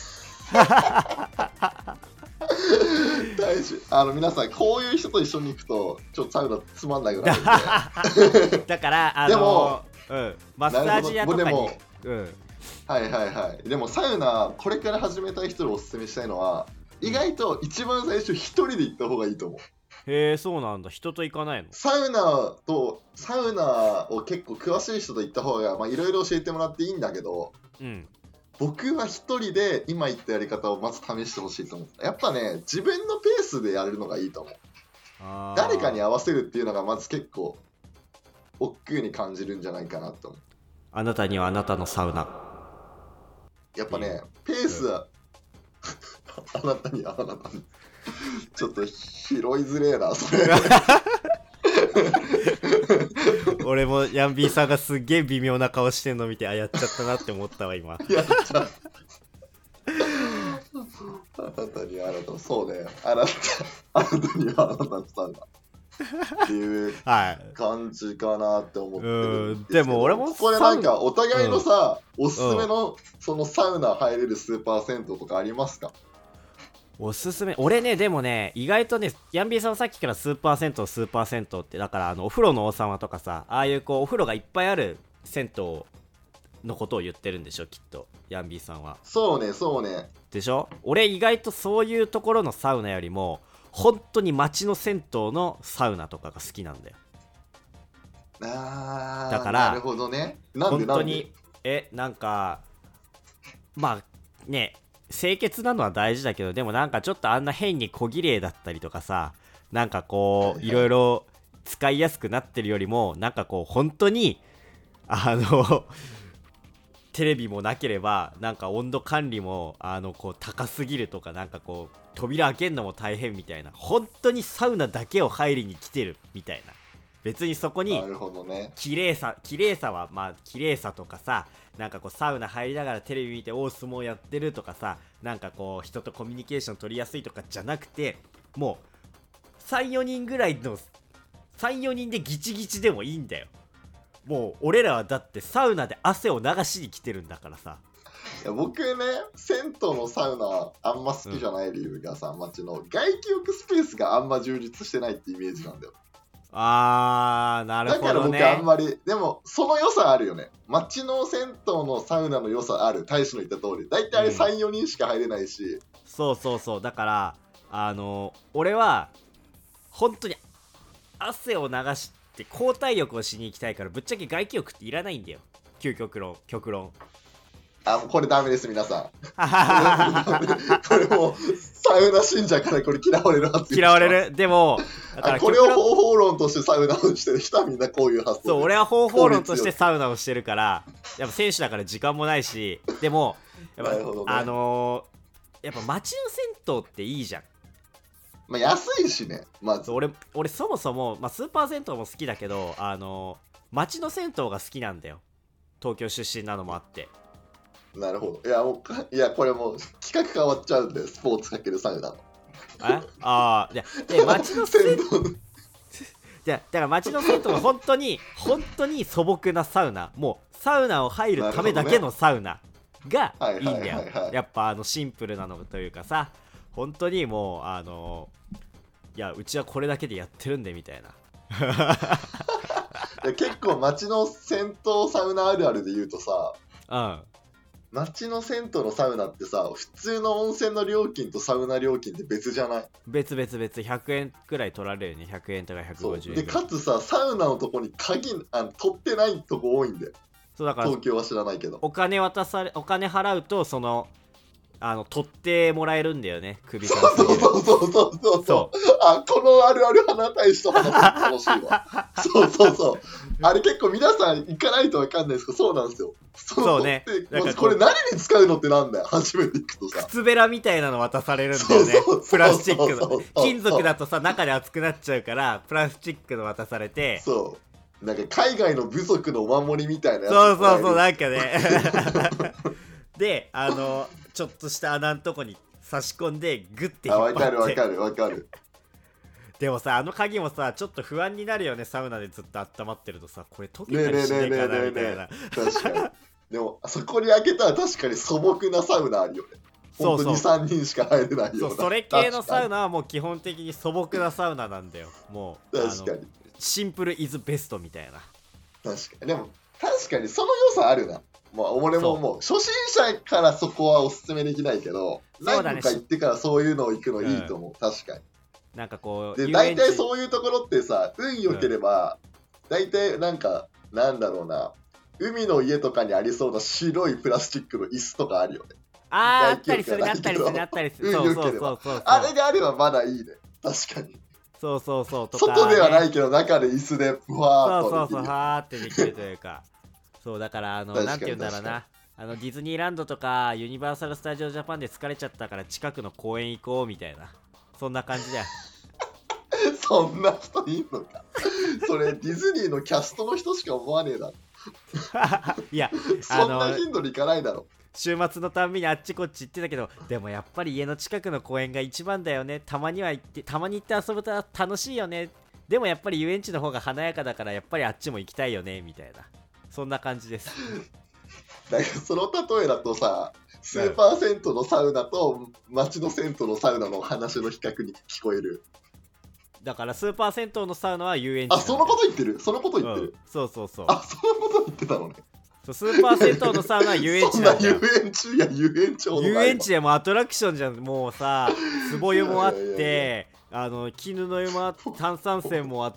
A: 大衆皆さんこういう人と一緒に行くとちょっとサウナつまんないぐらい
B: だから
A: でも、
B: マッサージ屋とかに
A: はいはいはい。でもサウナこれから始めたい人におすすめしたいのは、意外と一番最初一人で行った方がいいと思う。
B: へえ、そうなんだ。人と行かないの？
A: サウナを結構詳しい人と行った方がいろいろ教えてもらっていいんだけど、僕は一人で今言ったやり方をまず試してほしいと思う。やっぱね、自分のペースでやれるのがいいと思う。誰かに合わせるっていうのがまず結構億劫に感じるんじゃないかなと思う。
B: あなたにはあなたのサウナ。
A: やっぱね、ペースは、あなたにはあなたに。ちょっと拾いづれえな、それ。
B: 俺もヤンビーさんがすっげえ微妙な顔してんの見て、やっちゃったなって思ったわ、今。
A: やっちゃった。あなたにはあなた、そうね。あなたにはあなたのサウナ。っていう感じかなって思ってるんですけど、
B: でも俺も
A: これなんかお互いのさ、おすすめのそのサウナ入れるスーパー銭湯とかありますか？
B: おすすめ、俺ね、でもね、意外とね、ヤンビーさんはさっきからスーパー銭湯って、だからお風呂の王様とかさ、ああいうこうお風呂がいっぱいある銭湯のことを言ってるんでしょ、きっとヤンビーさんは。
A: そうね
B: でしょ。俺意外とそういうところのサウナよりも本当に街の銭湯のサウナとかが好きなんだよ。だから
A: なるほどね。
B: 本当になんかまあね、清潔なのは大事だけど、でもなんかちょっとあんな変に小綺麗だったりとかさ、なんかこういろいろ使いやすくなってるよりも、なんかこう本当にテレビもなければなんか温度管理もこう高すぎるとか、なんかこう扉開けるのも大変みたいな、本当にサウナだけを入りに来てるみたいな。別にそこに綺麗さはまあ綺麗さとかさ、なんかこうサウナ入りながらテレビ見て相撲やってるとかさ、なんかこう人とコミュニケーション取りやすいとかじゃなくて、もう 3,4 人ぐらいの 3,4 人でギチギチでもいいんだよ。もう俺らはだってサウナで汗を流しに来てるんだからさ。
A: いや僕ね、銭湯のサウナあんま好きじゃない理由がさ、街の外気浴スペースがあんま充実してないってイメージなんだよ。
B: なるほどね。
A: だから僕あんまり、でもその良さあるよね。街の銭湯のサウナの良さある。大使の言った通り、だいたいあれ 3,4 人しか入れないし、
B: そうだから俺は本当に汗を流して交代浴をしに行きたいから、ぶっちゃけ外気浴っていらないんだよ。極論
A: これダメです皆さん。これもうサウナ信者からこれ嫌われる発言。
B: 嫌われる。でもだから
A: これを方法論としてサウナをしてる人はみんなこういう発想。
B: そう、俺は方法論としてサウナをしてるから、やっぱ選手だから時間もないし、でもやっぱ、やっぱ街の銭湯っていいじゃん。
A: まあ安いしね。まず
B: 俺そもそも、スーパー銭湯も好きだけど、街の銭湯が好きなんだよ。東京出身なのもあって。
A: なるほど。いやこれもう企画変わっちゃうんで、スポーツかけるサウナの。
B: で街の銭湯だから街の銭湯は本当に素朴なサウナ、もうサウナを入るためだけのサウナがいいんだよ。やっぱシンプルなのというかさ、本当にもういやうちはこれだけでやってるんでみたいな。
A: 結構街の銭湯サウナあるあるで言うとさ、街の銭湯のサウナってさ、普通の温泉の料金とサウナ料金って別じゃない？
B: 別100円くらい取られるね。100円とか150円
A: でかつさ、サウナのとこに取ってないとこ多いんで。
B: そうだから
A: 東京は知らないけど、
B: お金払うとその取ってもらえるんだよね、首から。
A: そうこのあるある花大使と話すの楽しいわ。そうあれ結構皆さん行かないと分かんないですけど、そうなんですよ。
B: そうね。
A: まずこれ何に使うのってなんだよ、初めて行くとさ。
B: 靴べらみたいなの渡されるんだよね。プラスチックの。金属だとさ、中で熱くなっちゃうから、プラスチックの渡されて。
A: そう。なんか海外の部族のお守りみたいなやつ。
B: そうなんかね。 でちょっとした穴のとこに差し込んでグッて引っ張って。
A: わかる
B: でもさ鍵もさちょっと不安になるよね。サウナでずっと温まってるとさこれ溶けたりしねえかなみたいな。
A: 確かにでもそこに開けたら確かに素朴なサウナあるよね。ほんと 2,3 人しか入れないような。
B: それ系のサウナはもう基本的に素朴なサウナなんだよ。もう
A: 確かに
B: シンプルイズベストみたいな。
A: 確かにでも確かにその良さあるな。俺ももう初心者からそこはおすすめできないけど、何度か行ってからそういうのを行くのいいと思う、確かに。
B: なんかこう
A: で大体そういうところってさ、運良ければ、大体なんかなんだろうな、海の家とかにありそうな白いプラスチックの椅子とかあるよね。
B: あったりする。あ
A: れがあればまだいいね。確かに。
B: そうとか、ね、
A: 外ではないけど中で椅子でふわーっと
B: ふわーってできるというかそうだからなんて言うんだろうな、ディズニーランドとかユニバーサル・スタジオ・ジャパンで疲れちゃったから近くの公園行こうみたいな、そんな感じだよ。
A: そんな人いんのか。それディズニーのキャストの人しか思わねえだろ。
B: いや
A: そんな頻度に行かないだろ。
B: 週末のたんびにあっちこっち行ってたけど、でもやっぱり家の近くの公園が一番だよね。たまに行って遊ぶと楽しいよね。でもやっぱり遊園地の方が華やかだからやっぱりあっちも行きたいよねみたいな、そんな感じです。
A: だからその例えだとさ、スーパー銭湯のサウナと街の銭湯のサウナの話の比較に聞こえる。
B: だからスーパー銭湯のサウナは遊園地。
A: そのこと言ってる。
B: そうそのこと
A: 言ってたのね。
B: スーパー銭湯のサウナは遊園地なんだよ。遊園地でもアトラクションじゃん。もうさ、壺湯もあって絹の湯もあって、炭酸泉もあって、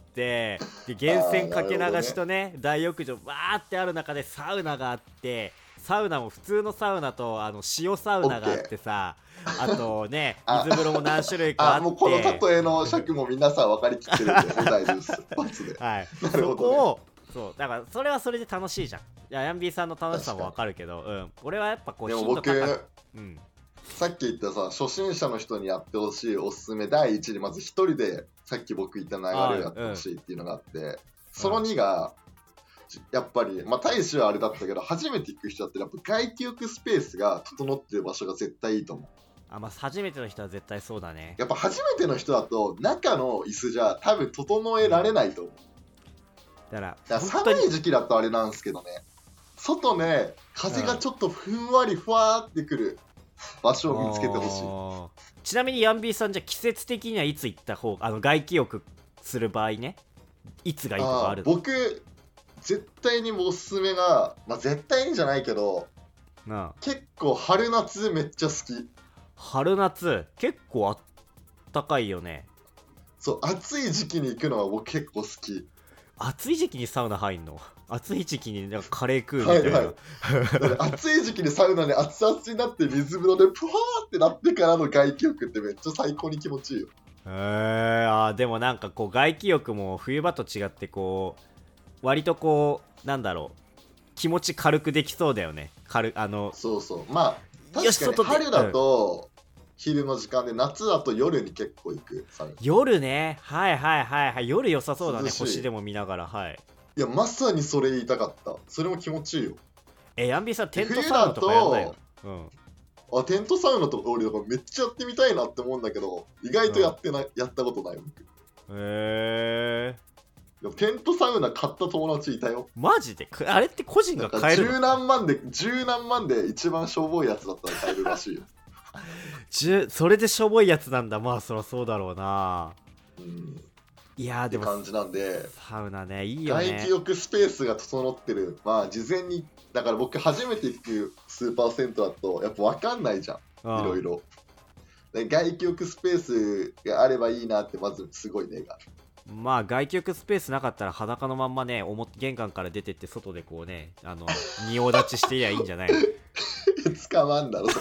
B: で源泉かけ流しとね大浴場バーってある中でサウナがあって、サウナも普通のサウナと塩サウナがあってさ、あとね水風呂も何種類かあって、
A: もうこの例えの尺も皆さん分かりきってるんで大丈夫です。
B: はい、なるほどね。そこをそうだからそれはそれで楽しいじゃん。いやヤンビーさんの楽しさも分かるけど、俺はやっぱこう
A: でも僕、さっき言ったさ、初心者の人にやってほしいおすすめ第1にまず1人でさっき僕言った流れをやってほしいっていうのがあって、その2がやっぱり大使はあれだったけど、初めて行く人だってやっぱ外気浴スペースが整ってる場所が絶対いいと思う。
B: 初めての人は絶対そうだね。
A: やっぱ初めての人だと中の椅子じゃ多分整えられないと思う。だから寒い時期だとあれなんですけどね、外ね風がちょっとふんわりふわーってくる場所を見つけてほしい。
B: ちなみにヤンビーさんじゃ季節的にはいつ行った方が外気浴する場合ね、いつがいいとかあるの？
A: 僕絶対におすすめが、絶対にじゃないけど結構春夏めっちゃ好き。
B: 春夏結構あったかいよね。
A: そう暑い時期に行くのは僕結構好き。
B: 暑い時期にサウナ入んの？暑い時期になんかカレー食うみたいな、
A: 暑い時期にサウナで熱々になって水風呂でプワーってなってからの外気浴ってめっちゃ最高に気持ちいいよ。
B: でもなんかこう外気浴も冬場と違ってこう割とこうなんだろう気持ち軽くできそうだよね。
A: そうそう確かに春だと昼の時間で、夏だと夜に結構行く。
B: 夜ね、はい夜良さそうだね。星でも見ながら。
A: いやまさにそれ言いたかった。それも気持ちいいよ。
B: ヤンビーさんテントサウナとかやんないの？
A: テントサウナとか俺めっちゃやってみたいなって思うんだけど、意外とやったことない僕。でもテントサウナ買った友達いたよ。
B: マジで？あれって個人が買えるの？
A: 十何万で一番しょぼいやつだったら買えるらしいよ。
B: それでしょぼいやつなんだ。そりゃそうだろうな。いやでも
A: 感じなんで、
B: サウナねいいよね。
A: 外気浴スペースが整ってる。事前にだから僕初めて行くスーパー銭湯だとやっぱ分かんないじゃん、いろいろ。外気浴スペースがあればいいなってまずすごい願う。
B: 外気浴スペースなかったら裸のまんまね玄関から出てって外でこうね仁王立ちしてりゃいいんじゃないの？
A: 捕まんだろそこ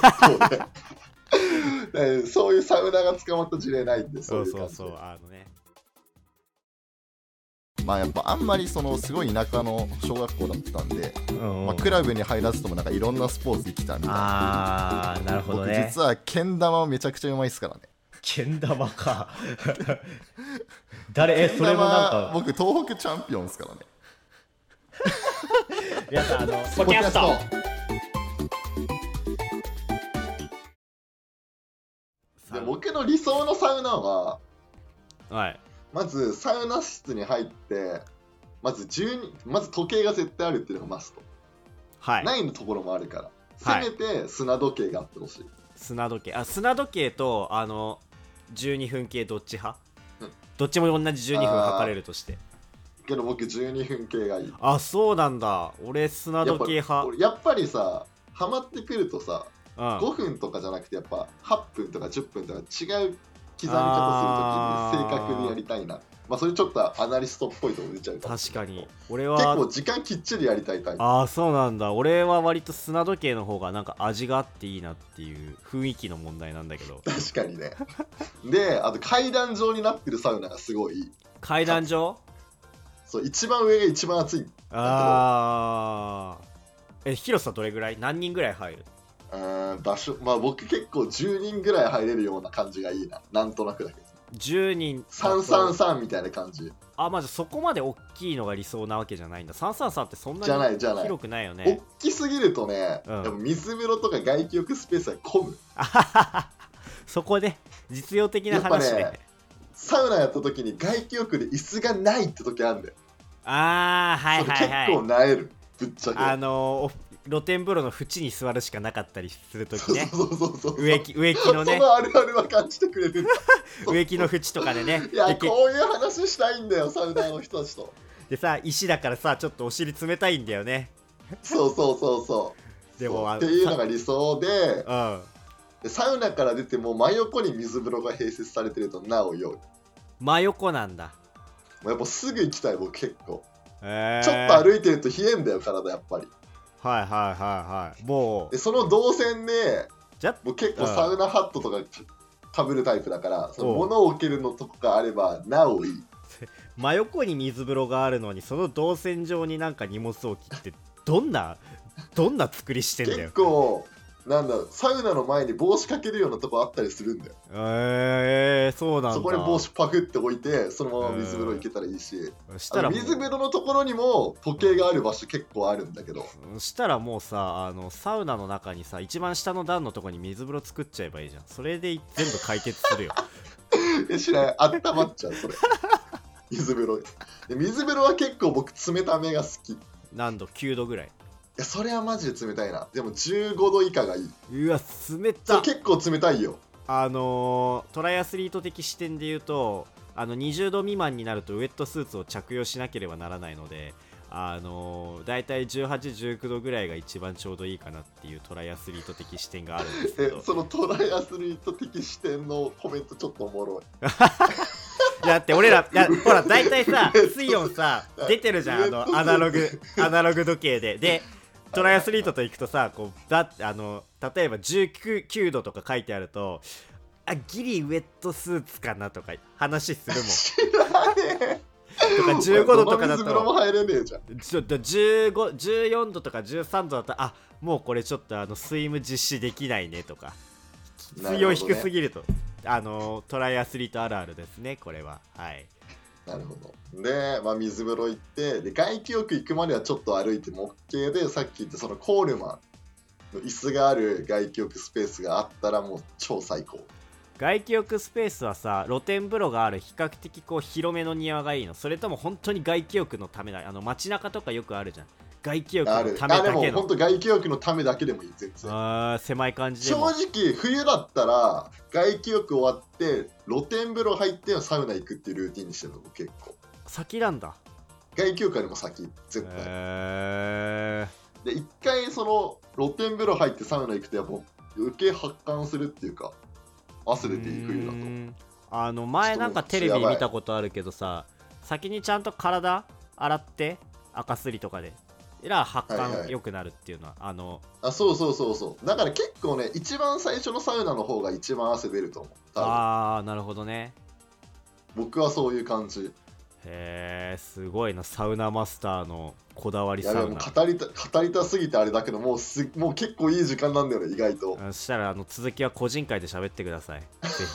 A: でそういうサウナが捕まった事例ないんで。そう
E: やっぱあんまりすごい田舎の小学校だったんで、クラブに入らずともなんかいろんなスポーツできたみたいな。
B: なるほどね。
E: 僕実はけん玉めちゃくちゃうまいっすからね。
B: けん玉かそれもなんか
E: 僕東北チャンピオンですからね。
B: 皆さんポキャスト
A: で僕の理想のサウナは、
B: はい、
A: まずサウナ室に入ってまず時計が絶対あるっていうのがマスト、
B: はい、
A: ないのところもあるから、せめて砂時計があってほしい。
B: 砂時計と12分計どっち派？どっちも同じ12分測れるとして。
A: けど僕12分計がいい。
B: あ、そうなんだ。俺砂時計派。
A: やっぱりさ、ハマってくるとさ、5分とかじゃなくてやっぱ8分とか10分とか違う刻み方するときに正確にやりたいな。まあそれちょっとアナリストっぽいとこ出ちゃうから。
B: 確かに。俺は
A: 結構時間きっちりやりたいタイプ。
B: ああ、そうなんだ。俺は割と砂時計の方がなんか味があっていいなっていう雰囲気の問題なんだけど。
A: 確かにね。で、あと階段状になってるサウナがすごいいい。
B: 階段状？
A: そう、一番上が一番暑いんだけど。
B: ああ。広さどれぐらい？何人ぐらい入る？
A: 場所、まあ僕結構10人ぐらい入れるような感じがいいな。なんとなくだけど。
B: 10人
A: 333みたいな感じ。
B: あ、まずそこまで大きいのが理想なわけじゃないんだ。333ってそんなに広くないよね。
A: 大きすぎるとね、でも水風呂とか外気浴スペースが混む。
B: そこで実用的な話で、ね、
A: サウナやった時に外気浴で椅子がないって時あるんだよ。
B: ああ、はいはいはい。
A: 結構なえる、ぶっちゃけ。
B: 露天風呂の縁に座るしかなかったりするときね。
A: そう
B: 植木のね。
A: そのあるあるは感じてくれるんだ。
B: 植木の縁とかでね。
A: いや、こういう話したいんだよ、サウナーの人たちと。
B: でさ、石だからさ、ちょっとお尻冷たいんだよね。
A: そう
B: でも
A: っていうのが理想で、でサウナから出ても真横に水風呂が併設されてるとなお良い。
B: 真横なんだ。
A: やっぱすぐ行きたい、僕結構。ちょっと歩いてると冷えんだよ、体やっぱり。
B: はいはいはいはい。もう
A: でその動線で僕結構サウナハットとかかぶるタイプだから、その物を置けるのとこがあればなおいい。
B: 真横に水風呂があるのにその動線上になんか荷物置きってどんな作りしてんだよ。
A: 結構なんだ、サウナの前に帽子かけるようなとこあったりするんだよ。
B: そうなんだ。
A: そこに帽子パクって置いてそのまま水風呂行けたらいいし、水風呂のところにも時計がある場所結構あるんだけど、
B: したらもうさ、サウナの中にさ、一番下の段のところに水風呂作っちゃえばいいじゃん。それで全部解決するよ。
A: しない、温まっちゃうそれ。水風呂で、水風呂は結構僕冷ためが好き。
B: 何度？9度ぐらい？
A: いや、それはマジで冷たいな。でも15度以下がいい。
B: うわ、冷た。
A: 結構冷たいよ。
B: トライアスリート的視点で言うと、20度未満になるとウェットスーツを着用しなければならないので、だいたい18、19度ぐらいが一番ちょうどいいかなっていうトライアスリート的視点があるんですけど。
A: そのトライアスリート的視点のコメントちょっとおもろい。
B: だって俺ら、ほら大体さ、水温さ出てるじゃん、アナログ時計で。でトライアスリートと行くとさ、こう例えば19度とか書いてあると、ギリウェットスーツかなとか話するもん。
A: 知らねえ。
B: とか15度とかだと
A: 水風呂も入れねえじゃん。
B: 14度とか13度だと、もうこれちょっとスイム実施できないねとか、水温低すぎると、トライアスリートあるあるですね、これは。はい。
A: なるほど。で、水風呂行って、で外気浴行くまではちょっと歩いても OK で、さっき言ったそのコールマンの椅子がある外気浴スペースがあったらもう超最高。
B: 外気浴スペースはさ、露天風呂がある比較的こう広めの庭がいいの？それとも本当に外気浴のためだ？街中とかよくあるじゃん、外気浴のためだけの。
A: でも本当外気浴のためだけでもいい、全然。
B: 狭い感じでも。
A: 正直冬だったら外気浴終わって露天風呂入ってサウナ行くっていうルーティンにしてるの。結構
B: 先なんだ。
A: 外気浴よりも先、絶対。で一回その露天風呂入ってサウナ行くとやっぱ余計発汗するっていうか、汗出ていく冬だと。
B: 前なんかテレビ見たことあるけどさ、先にちゃんと体洗って赤すりとかで発汗良くなるっていうのは、
A: そうだから結構ね、一番最初のサウナの方が一番汗出ると思う。
B: なるほどね。僕
A: はそういう感じ。
B: へえ、すごいな、サウナマスターのこだわりサウナ。
A: いやでも語りたすぎてあれだけど、もう結構いい時間なんだよね、意外と。
B: そしたら続きは個人会で喋ってください、ぜ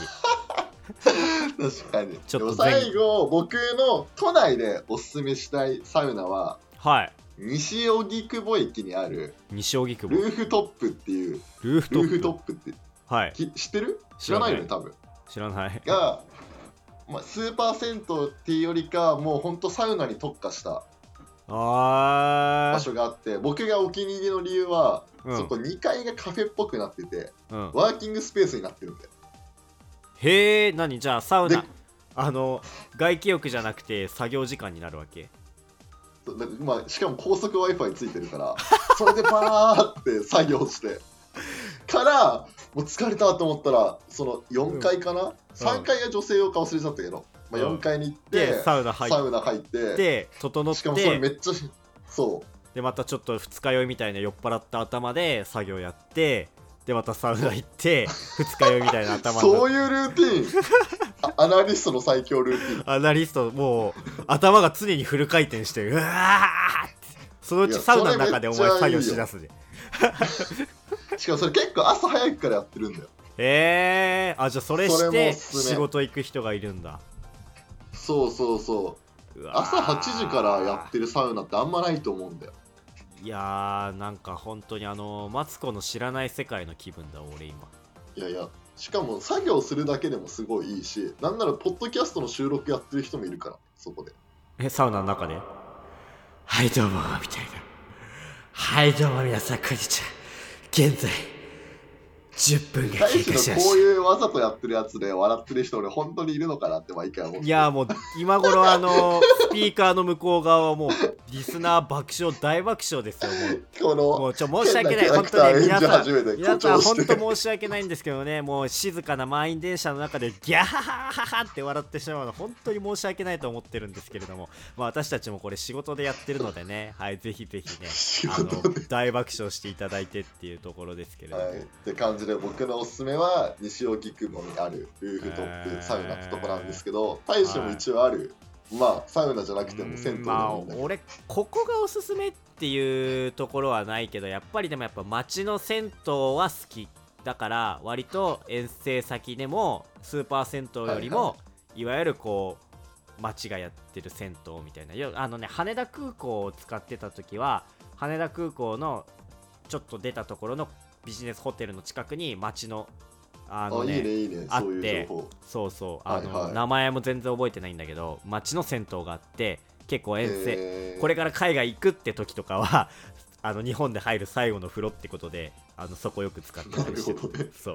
A: ひ。確かに。ちょっと最後、僕の都内でおすすめしたいサウナは、
B: はい、
A: 西荻窪駅にある
B: 西荻窪
A: ルーフトップっていう。
B: ルーフトップ
A: って
B: はい。
A: 知ってる？知らないよね多分。
B: 知らない。
A: が、スーパー銭湯っていうよりかもうほんとサウナに特化した場所があって、僕がお気に入りの理由は、そこ2階がカフェっぽくなってて、ワーキングスペースになってるんで。
B: へえ、何じゃあサウナ外気浴じゃなくて作業時間になるわけ？
A: しかも高速 Wi-Fi ついてるからそれでバーって作業してからもう疲れたと思ったらその4階かな、3階が女性用か忘れちゃったけど、4階に行ってサウナ入って
B: で整って、
A: しかもそれめっちゃそう
B: でまたちょっと二日酔いみたいな酔っ払った頭で作業やってでまたサウナ行って二日酔いみたいな頭
A: そういうルーティンアナリストの最強ルーティン。
B: アナリストもう頭が常にフル回転してうわーってそのうちサウナの中でお前作業しだすで
A: しかもそれ結構朝早くからやってるんだよ。
B: あ、じゃあそれして仕事行く人がいるんだ。
A: そう朝8時からやってるサウナってあんまないと思うんだよ。
B: いやーなんか本当にマツコの知らない世界の気分だ俺今。
A: いやしかも作業するだけでもすごいいいし、なんならポッドキャストの収録やってる人もいるからそこで。
B: サウナの中ではいどうもみたいな。はいどうも皆さんこんにちは。現在10分が経過しました。
A: こういうわざとやってるやつで笑ってる人俺本当にいるのかなって毎回思って。
B: いやもう今頃スピーカーの向こう側はもうリスナー爆笑大爆笑ですよ。もう申し訳ない本当に皆さん本当申し訳ないんですけどね、もう静かな満員電車の中でギャハハハハって笑ってしまうの本当に申し訳ないと思ってるんですけれども、私たちもこれ仕事でやってるのでね、はいぜひぜひね大爆笑していただいてっていうところですけれども、
A: って感じで僕のおすすめは西荻窪にあるルーフトップサウナってとこなんですけど、大使も一応ある、サウナじゃなくても銭湯でもいいんだけど、
B: 俺ここがおすすめっていうところはないけど、やっぱり街の銭湯は好きだから割と遠征先でもスーパー銭湯よりも、いわゆるこう街がやってる銭湯みたいな、羽田空港を使ってた時は羽田空港のちょっと出たところのビジネスホテルの近くに街のあって、そう名前も全然覚えてないんだけど街の銭湯があって、結構遠征、これから海外行くって時とかは日本で入る最後の風呂ってことでそこよく使ってたりしてそう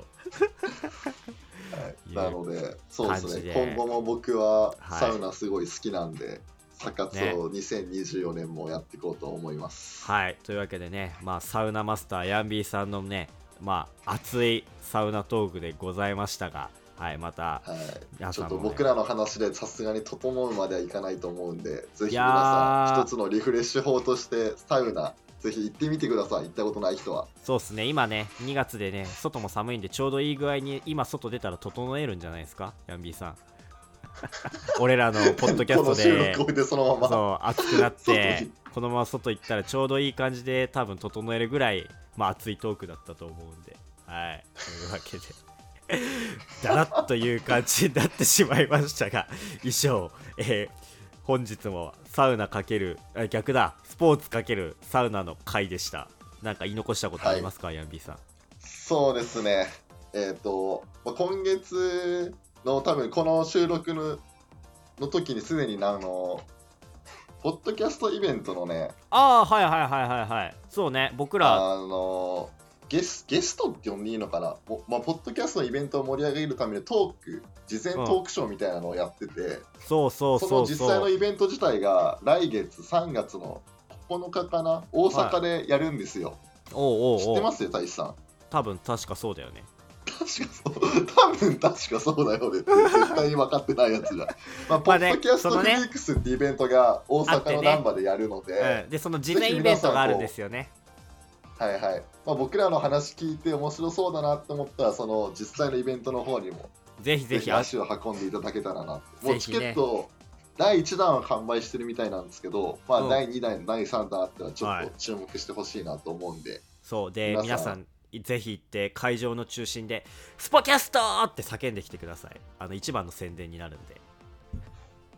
A: なのでそうですね、今後も僕はサウナすごい好きなんで、サ活を2024年もやっていこうと思います。
B: はい、というわけでね、サウナマスターヤンビーさんのね、熱いサウナトークでございましたが、また、
A: ちょっと僕らの話でさすがに整うまではいかないと思うんで、ぜひ皆さん一つのリフレッシュ法としてサウナぜひ行ってみてください。行ったことない人は。
B: そうですね、今ね2月でね外も寒いんでちょうどいい具合に今外出たら整えるんじゃないですかヤンビーさん俺らのポッドキャストでそう熱くなってこのまま外行ったらちょうどいい感じで多分整えるぐらい、熱いトークだったと思うんで、はいというわけでだらっという感じになってしまいましたが、以上、本日もサウナ×逆だスポーツ×サウナの回でした。なんか言い残したことありますか、ヤンビーさん。
A: そうですね、今月の多分この収録の時にすでにポッドキャストイベントのね、
B: はいそうね、僕ら
A: ゲストって呼んでいいのかな、ポッドキャストのイベントを盛り上げるために事前トークショーみたいなのをやってて、その実際のイベント自体が来月3月の9日かな、大阪でやるんですよ。知ってますよ大志さん。
B: 多分確かそうだよね。
A: 確かそうだよねって絶対に分かってないやつじゃん。ポッドキャストフリークスってイベントが大阪の難波でやるので、
B: でその事前イベントがあるんですよね。
A: 僕らの話聞いて面白そうだなって思ったら、その実際のイベントの方にも
B: ぜひ
A: 足を運んでいただけたらな。もうチケット第1弾は完売してるみたいなんですけど、第2弾第3弾あったらちょっと注目してほしいなと思うんで、
B: そうで皆さんぜひ行って会場の中心でスポキャストって叫んできてください。一番の宣伝になるんで。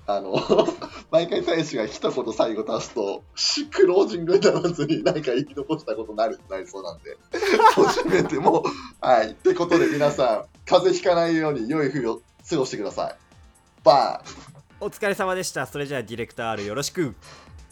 A: 毎回大使が一言最後足すとクロージングにならずに何か言い残したことになりそうなんで閉めてもはいってことで、皆さん風邪ひかないように良い冬を過ごしてください。バーン。
B: お疲れ様でした。それじゃあディレクター R よろしく。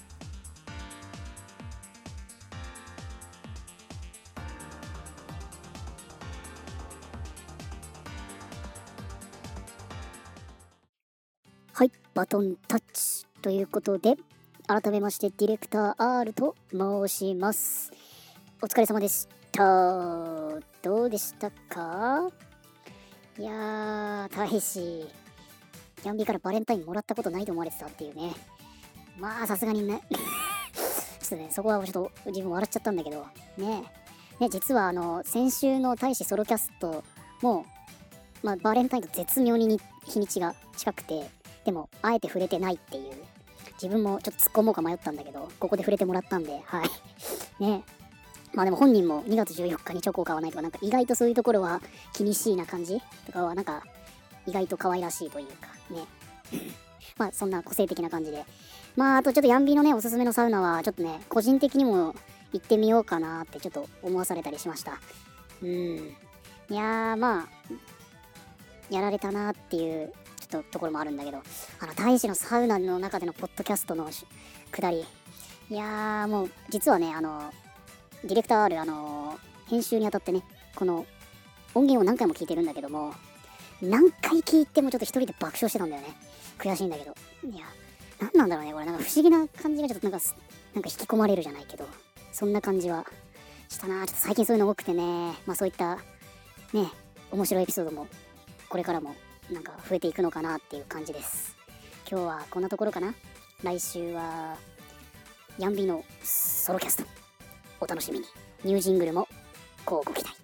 F: はい、バトンタッチということで、改めましてディレクター R と申します。お疲れ様でした。どうでしたか？いやー、大使ヤンビーからバレンタインもらったことないと思われてたっていうね。まあさすがにねちょっとね、そこはちょっと自分笑っちゃったんだけどね。実は先週の大使ソロキャストも、バレンタインと絶妙に日にちが近くて、でもあえて触れてないっていう、自分もちょっと突っ込もうか迷ったんだけど、ここで触れてもらったんで、はいね。でも本人も2月14日にチョコを買わないとか、なんか意外とそういうところは気にしいな感じとかは、なんか意外と可愛らしいというかねそんな個性的な感じで、あとちょっとヤンビーのねおすすめのサウナはちょっとね個人的にも行ってみようかなってちょっと思わされたりしました。いやー、やられたなっていうちょっとところもあるんだけど、大使のサウナの中でのポッドキャストのくだり、いやー、もう実はねディレクター R 編集にあたってね、この音源を何回も聞いてるんだけども、何回聞いてもちょっと一人で爆笑してたんだよね。悔しいんだけど、いや、なんなんだろうね、これなんか不思議な感じがちょっとなんか引き込まれるじゃないけど、そんな感じはしたな。ちょっと最近そういうの多くてね、そういったね面白いエピソードもこれからもなんか増えていくのかなっていう感じです。今日はこんなところかな。来週はヤンビーのソロキャストお楽しみに。ニュージングルもこうご期待。